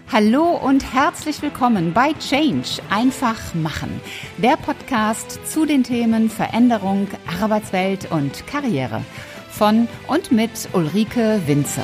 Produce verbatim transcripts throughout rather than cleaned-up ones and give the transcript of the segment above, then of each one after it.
Hallo und herzlich willkommen bei Change, einfach machen, der Podcast zu den Themen Veränderung, Arbeitswelt und Karriere von und mit Ulrike Winzer.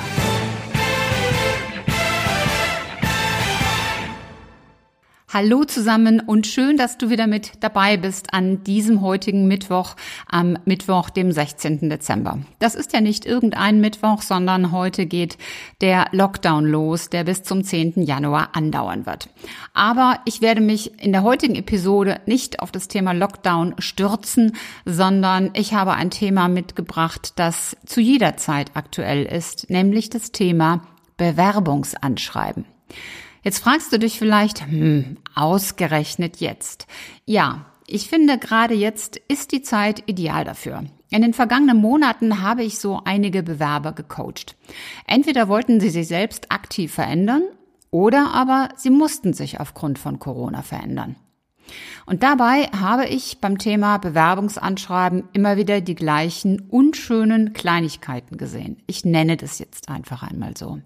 Hallo zusammen und schön, dass du wieder mit dabei bist an diesem heutigen Mittwoch, am Mittwoch, dem sechzehnten Dezember. Das ist ja nicht irgendein Mittwoch, sondern heute geht der Lockdown los, der bis zum zehnten Januar andauern wird. Aber ich werde mich in der heutigen Episode nicht auf das Thema Lockdown stürzen, sondern ich habe ein Thema mitgebracht, das zu jeder Zeit aktuell ist, nämlich das Thema Bewerbungsanschreiben. Jetzt fragst du dich vielleicht, hm, ausgerechnet jetzt. Ja, ich finde, gerade jetzt ist die Zeit ideal dafür. In den vergangenen Monaten habe ich so einige Bewerber gecoacht. Entweder wollten sie sich selbst aktiv verändern oder aber sie mussten sich aufgrund von Corona verändern. Und dabei habe ich beim Thema Bewerbungsanschreiben immer wieder die gleichen unschönen Kleinigkeiten gesehen. Ich nenne das jetzt einfach einmal so.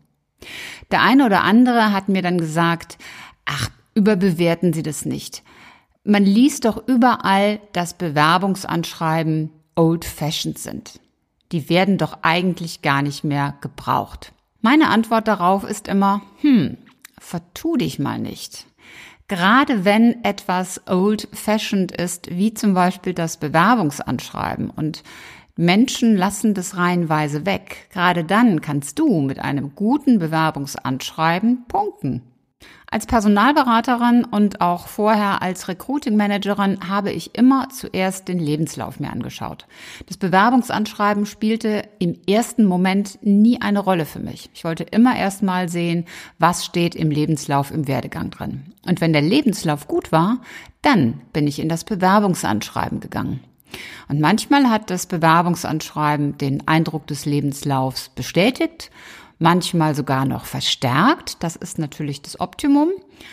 Der eine oder andere hat mir dann gesagt, ach, überbewerten Sie das nicht. Man liest doch überall, dass Bewerbungsanschreiben old-fashioned sind. Die werden doch eigentlich gar nicht mehr gebraucht. Meine Antwort darauf ist immer, hm, vertu dich mal nicht. Gerade wenn etwas old-fashioned ist, wie zum Beispiel das Bewerbungsanschreiben und Menschen lassen das reihenweise weg. Gerade dann kannst du mit einem guten Bewerbungsanschreiben punkten. Als Personalberaterin und auch vorher als Recruiting-Managerin habe ich immer zuerst den Lebenslauf mir angeschaut. Das Bewerbungsanschreiben spielte im ersten Moment nie eine Rolle für mich. Ich wollte immer erst mal sehen, was steht im Lebenslauf im Werdegang drin. Und wenn der Lebenslauf gut war, dann bin ich in das Bewerbungsanschreiben gegangen. Und manchmal hat das Bewerbungsanschreiben den Eindruck des Lebenslaufs bestätigt, manchmal sogar noch verstärkt. Das ist natürlich das Optimum,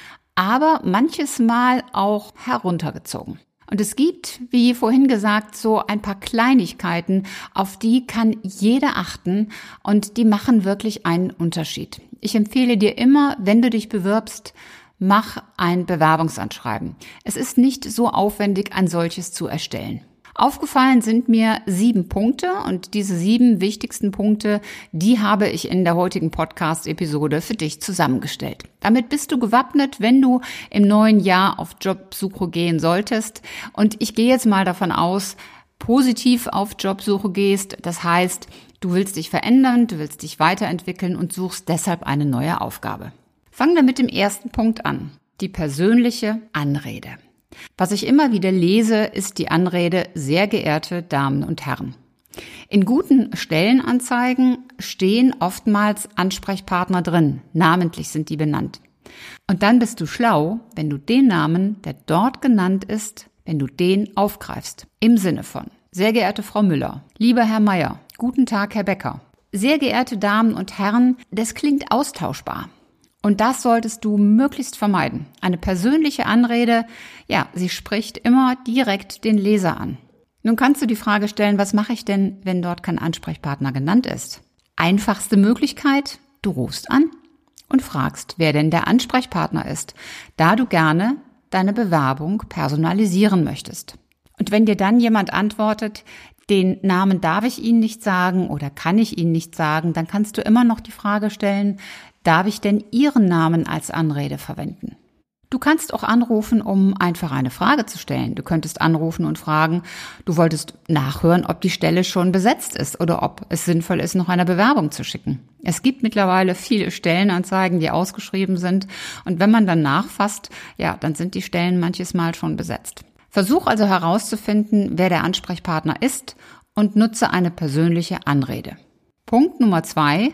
aber manches Mal auch heruntergezogen. Und es gibt, wie vorhin gesagt, so ein paar Kleinigkeiten, auf die kann jeder achten und die machen wirklich einen Unterschied. Ich empfehle dir immer, wenn du dich bewirbst, mach ein Bewerbungsanschreiben. Es ist nicht so aufwendig, ein solches zu erstellen. Aufgefallen sind mir sieben Punkte und diese sieben wichtigsten Punkte, die habe ich in der heutigen Podcast-Episode für dich zusammengestellt. Damit bist du gewappnet, wenn du im neuen Jahr auf Jobsuche gehen solltest. Und ich gehe jetzt mal davon aus, positiv auf Jobsuche gehst. Das heißt, du willst dich verändern, du willst dich weiterentwickeln und suchst deshalb eine neue Aufgabe. Fangen wir mit dem ersten Punkt an, die persönliche Anrede. Was ich immer wieder lese, ist die Anrede, sehr geehrte Damen und Herren. In guten Stellenanzeigen stehen oftmals Ansprechpartner drin, namentlich sind die benannt. Und dann bist du schlau, wenn du den Namen, der dort genannt ist, wenn du den aufgreifst. Im Sinne von, sehr geehrte Frau Müller, lieber Herr Meier, guten Tag, Herr Becker. Sehr geehrte Damen und Herren, das klingt austauschbar. Und das solltest du möglichst vermeiden. Eine persönliche Anrede, ja, sie spricht immer direkt den Leser an. Nun kannst du die Frage stellen, was mache ich denn, wenn dort kein Ansprechpartner genannt ist? Einfachste Möglichkeit, du rufst an und fragst, wer denn der Ansprechpartner ist, da du gerne deine Bewerbung personalisieren möchtest. Und wenn dir dann jemand antwortet, den Namen darf ich Ihnen nicht sagen oder kann ich Ihnen nicht sagen, dann kannst du immer noch die Frage stellen, darf ich denn Ihren Namen als Anrede verwenden? Du kannst auch anrufen, um einfach eine Frage zu stellen. Du könntest anrufen und fragen, du wolltest nachhören, ob die Stelle schon besetzt ist oder ob es sinnvoll ist, noch eine Bewerbung zu schicken. Es gibt mittlerweile viele Stellenanzeigen, die ausgeschrieben sind. Und wenn man dann nachfasst, ja, dann sind die Stellen manches Mal schon besetzt. Versuch also herauszufinden, wer der Ansprechpartner ist und nutze eine persönliche Anrede. Punkt Nummer zwei.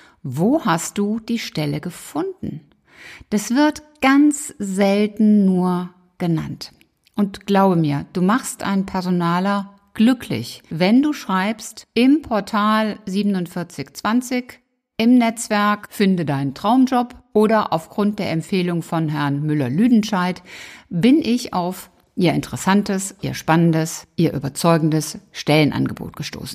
Wo hast du die Stelle gefunden? Das wird ganz selten nur genannt. Und glaube mir, du machst einen Personaler glücklich, wenn du schreibst im Portal siebenundvierzig zwanzig, im Netzwerk Finde deinen Traumjob oder aufgrund der Empfehlung von Herrn Müller-Lüdenscheid bin ich auf Ihr interessantes, Ihr spannendes, Ihr überzeugendes Stellenangebot gestoßen.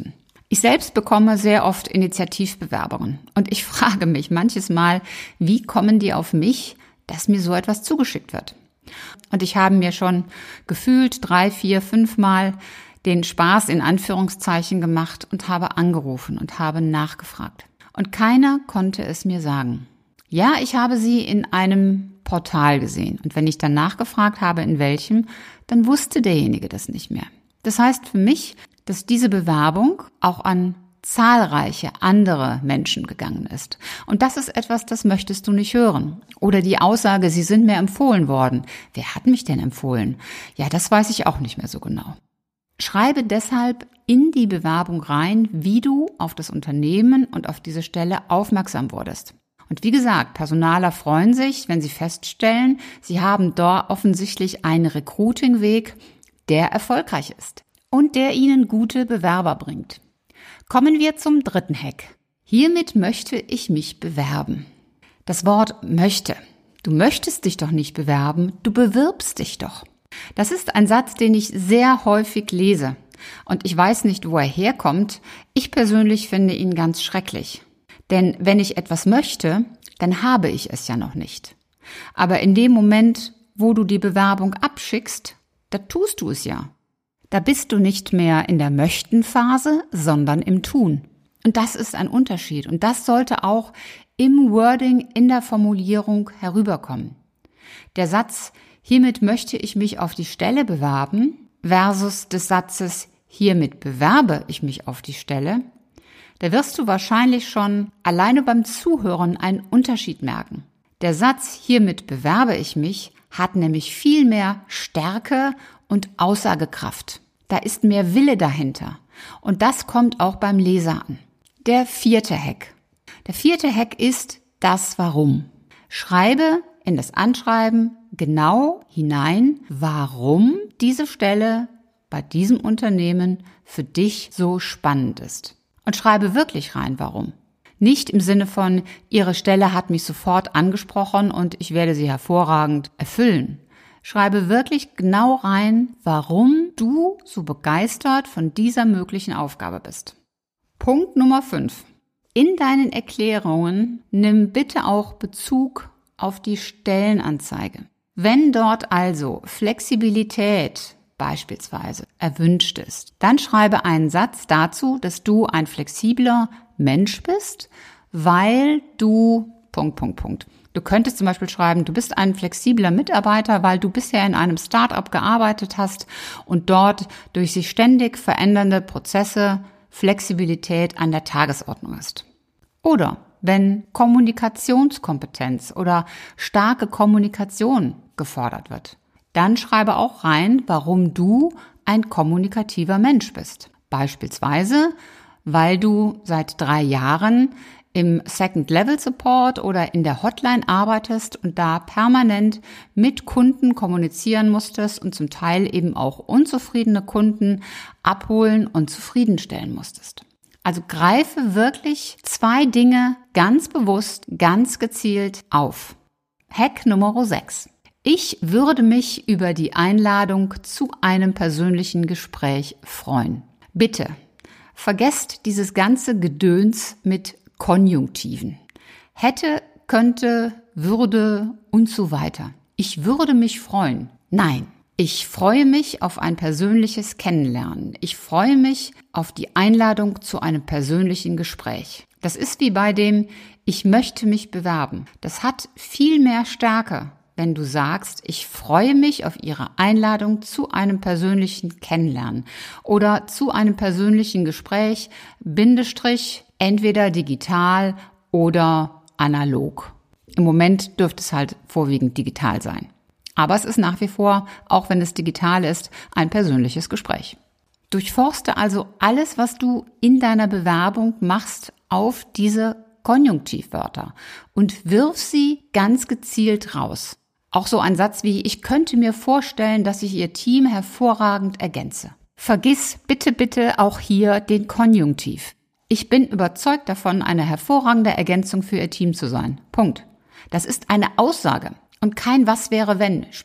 Ich selbst bekomme sehr oft Initiativbewerbungen und ich frage mich manches Mal, wie kommen die auf mich, dass mir so etwas zugeschickt wird? Und ich habe mir schon gefühlt drei, vier, fünf Mal den Spaß in Anführungszeichen gemacht und habe angerufen und habe nachgefragt. Und keiner konnte es mir sagen. Ja, ich habe sie in einem Portal gesehen und wenn ich dann nachgefragt habe, in welchem, dann wusste derjenige das nicht mehr. Das heißt für mich, dass diese Bewerbung auch an zahlreiche andere Menschen gegangen ist. Und das ist etwas, das möchtest du nicht hören. Oder die Aussage, sie sind mir empfohlen worden. Wer hat mich denn empfohlen? Ja, das weiß ich auch nicht mehr so genau. Schreibe deshalb in die Bewerbung rein, wie du auf das Unternehmen und auf diese Stelle aufmerksam wurdest. Und wie gesagt, Personaler freuen sich, wenn sie feststellen, sie haben dort offensichtlich einen Recruiting-Weg, der erfolgreich ist und der ihnen gute Bewerber bringt. Kommen wir zum dritten Hack. Hiermit möchte ich mich bewerben. Das Wort möchte. Du möchtest dich doch nicht bewerben, du bewirbst dich doch. Das ist ein Satz, den ich sehr häufig lese. Und ich weiß nicht, wo er herkommt. Ich persönlich finde ihn ganz schrecklich. Denn wenn ich etwas möchte, dann habe ich es ja noch nicht. Aber in dem Moment, wo du die Bewerbung abschickst, da tust du es ja. Da bist du nicht mehr in der Möchten-Phase, sondern im Tun. Und das ist ein Unterschied. Und das sollte auch im Wording, in der Formulierung herüberkommen. Der Satz, hiermit möchte ich mich auf die Stelle bewerben, versus des Satzes, hiermit bewerbe ich mich auf die Stelle, da wirst du wahrscheinlich schon alleine beim Zuhören einen Unterschied merken. Der Satz, hiermit bewerbe ich mich, hat nämlich viel mehr Stärke und Aussagekraft. Da ist mehr Wille dahinter. Und das kommt auch beim Leser an. Der vierte Hack. Der vierte Hack ist das Warum. Schreibe in das Anschreiben genau hinein, warum diese Stelle bei diesem Unternehmen für dich so spannend ist. Und schreibe wirklich rein, warum. Nicht im Sinne von, Ihre Stelle hat mich sofort angesprochen und ich werde sie hervorragend erfüllen. Schreibe wirklich genau rein, warum du so begeistert von dieser möglichen Aufgabe bist. Punkt Nummer fünf. In deinen Erklärungen nimm bitte auch Bezug auf die Stellenanzeige. Wenn dort also Flexibilität beispielsweise erwünscht ist, dann schreibe einen Satz dazu, dass du ein flexibler Mensch bist, weil du Punkt, Punkt, Punkt. Du könntest zum Beispiel schreiben, du bist ein flexibler Mitarbeiter, weil du bisher in einem Start-up gearbeitet hast und dort durch sich ständig verändernde Prozesse Flexibilität an der Tagesordnung ist. Oder wenn Kommunikationskompetenz oder starke Kommunikation gefordert wird, dann schreibe auch rein, warum du ein kommunikativer Mensch bist. Beispielsweise, weil du seit drei Jahren im Second-Level-Support oder in der Hotline arbeitest und da permanent mit Kunden kommunizieren musstest und zum Teil eben auch unzufriedene Kunden abholen und zufriedenstellen musstest. Also greife wirklich zwei Dinge ganz bewusst, ganz gezielt auf. Hack Nummer sechs. Ich würde mich über die Einladung zu einem persönlichen Gespräch freuen. Bitte, vergesst dieses ganze Gedöns mit Konjunktiven. Hätte, könnte, würde und so weiter. Ich würde mich freuen. Nein, ich freue mich auf ein persönliches Kennenlernen. Ich freue mich auf die Einladung zu einem persönlichen Gespräch. Das ist wie bei dem, ich möchte mich bewerben. Das hat viel mehr Stärke, wenn du sagst, ich freue mich auf Ihre Einladung zu einem persönlichen Kennenlernen oder zu einem persönlichen Gespräch, Bindestrich, entweder digital oder analog. Im Moment dürfte es halt vorwiegend digital sein. Aber es ist nach wie vor, auch wenn es digital ist, ein persönliches Gespräch. Durchforste also alles, was du in deiner Bewerbung machst, auf diese Konjunktivwörter und wirf sie ganz gezielt raus. Auch so ein Satz wie, ich könnte mir vorstellen, dass ich Ihr Team hervorragend ergänze. Vergiss bitte, bitte auch hier den Konjunktiv. Ich bin überzeugt davon, eine hervorragende Ergänzung für Ihr Team zu sein. Punkt. Das ist eine Aussage und kein Was-wäre-wenn-Spiel.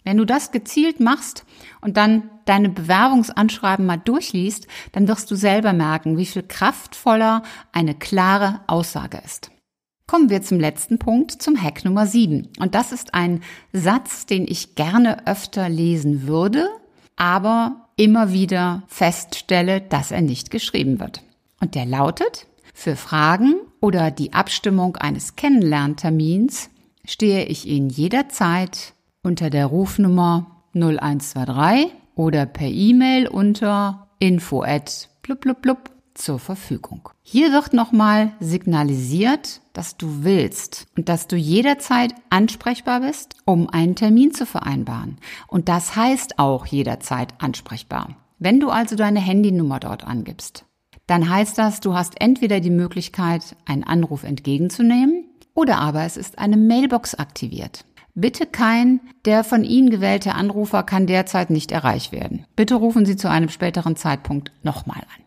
Wenn du das gezielt machst und dann deine Bewerbungsanschreiben mal durchliest, dann wirst du selber merken, wie viel kraftvoller eine klare Aussage ist. Kommen wir zum letzten Punkt, zum Hack Nummer sieben. Und das ist ein Satz, den ich gerne öfter lesen würde, aber immer wieder feststelle, dass er nicht geschrieben wird. Und der lautet: Für Fragen oder die Abstimmung eines Kennenlerntermins stehe ich Ihnen jederzeit unter der Rufnummer null eins zwei drei oder per E-Mail unter info at blub blub blub zur Verfügung. Hier wird nochmal signalisiert, dass du willst und dass du jederzeit ansprechbar bist, um einen Termin zu vereinbaren. Und das heißt auch jederzeit ansprechbar. Wenn du also deine Handynummer dort angibst, dann heißt das, du hast entweder die Möglichkeit, einen Anruf entgegenzunehmen, oder aber es ist eine Mailbox aktiviert. Bitte kein der von Ihnen gewählte Anrufer kann derzeit nicht erreicht werden. Bitte rufen Sie zu einem späteren Zeitpunkt nochmal an.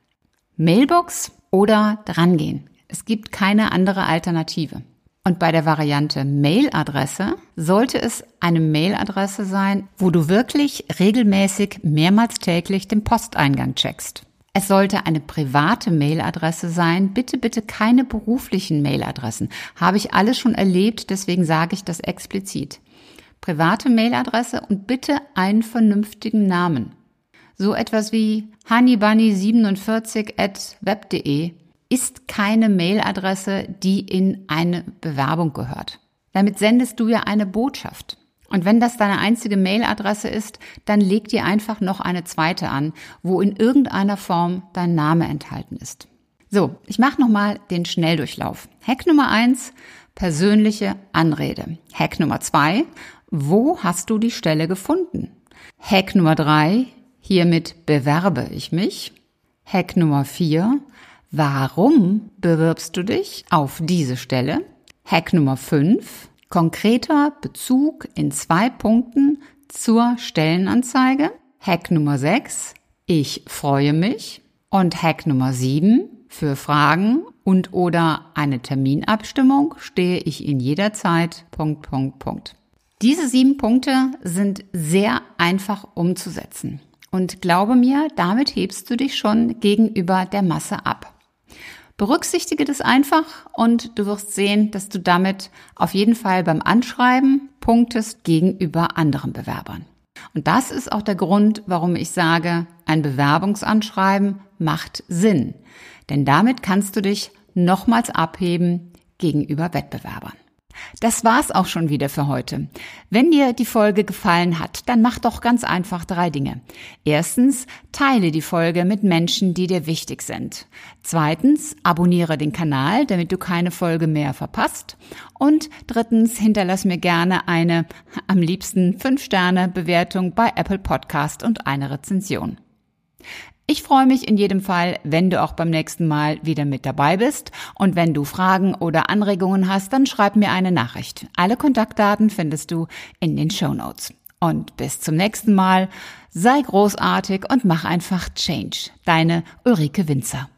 Mailbox oder drangehen. Es gibt keine andere Alternative. Und bei der Variante Mailadresse sollte es eine Mailadresse sein, wo du wirklich regelmäßig mehrmals täglich den Posteingang checkst. Es sollte eine private Mailadresse sein. Bitte, bitte keine beruflichen Mailadressen. Habe ich alles schon erlebt, deswegen sage ich das explizit. Private Mailadresse und bitte einen vernünftigen Namen. So etwas wie honeybunny siebenundvierzig at web punkt de ist keine Mailadresse, die in eine Bewerbung gehört. Damit sendest du ja eine Botschaft. Und wenn das deine einzige Mailadresse ist, dann leg dir einfach noch eine zweite an, wo in irgendeiner Form dein Name enthalten ist. So, ich mache nochmal den Schnelldurchlauf. Hack Nummer eins, persönliche Anrede. Hack Nummer zwei, wo hast du die Stelle gefunden? Hack Nummer drei, hiermit bewerbe ich mich. Hack Nummer vier, warum bewirbst du dich auf diese Stelle? Hack Nummer fünf, konkreter Bezug in zwei Punkten zur Stellenanzeige. Hack Nummer sechs, ich freue mich. Und Hack Nummer sieben, für Fragen und oder eine Terminabstimmung stehe ich Ihnen jederzeit, Punkt, Punkt, Punkt. Diese sieben Punkte sind sehr einfach umzusetzen. Und glaube mir, damit hebst du dich schon gegenüber der Masse ab. Berücksichtige das einfach und du wirst sehen, dass du damit auf jeden Fall beim Anschreiben punktest gegenüber anderen Bewerbern. Und das ist auch der Grund, warum ich sage, ein Bewerbungsanschreiben macht Sinn. Denn damit kannst du dich nochmals abheben gegenüber Wettbewerbern. Das war's auch schon wieder für heute. Wenn dir die Folge gefallen hat, dann mach doch ganz einfach drei Dinge. Erstens, teile die Folge mit Menschen, die dir wichtig sind. Zweitens, abonniere den Kanal, damit du keine Folge mehr verpasst. Und drittens, hinterlass mir gerne eine, am liebsten fünf Sterne Bewertung bei Apple Podcast und eine Rezension. Ich freue mich in jedem Fall, wenn du auch beim nächsten Mal wieder mit dabei bist. Und wenn du Fragen oder Anregungen hast, dann schreib mir eine Nachricht. Alle Kontaktdaten findest du in den Shownotes. Und bis zum nächsten Mal. Sei großartig und mach einfach Change. Deine Ulrike Winzer.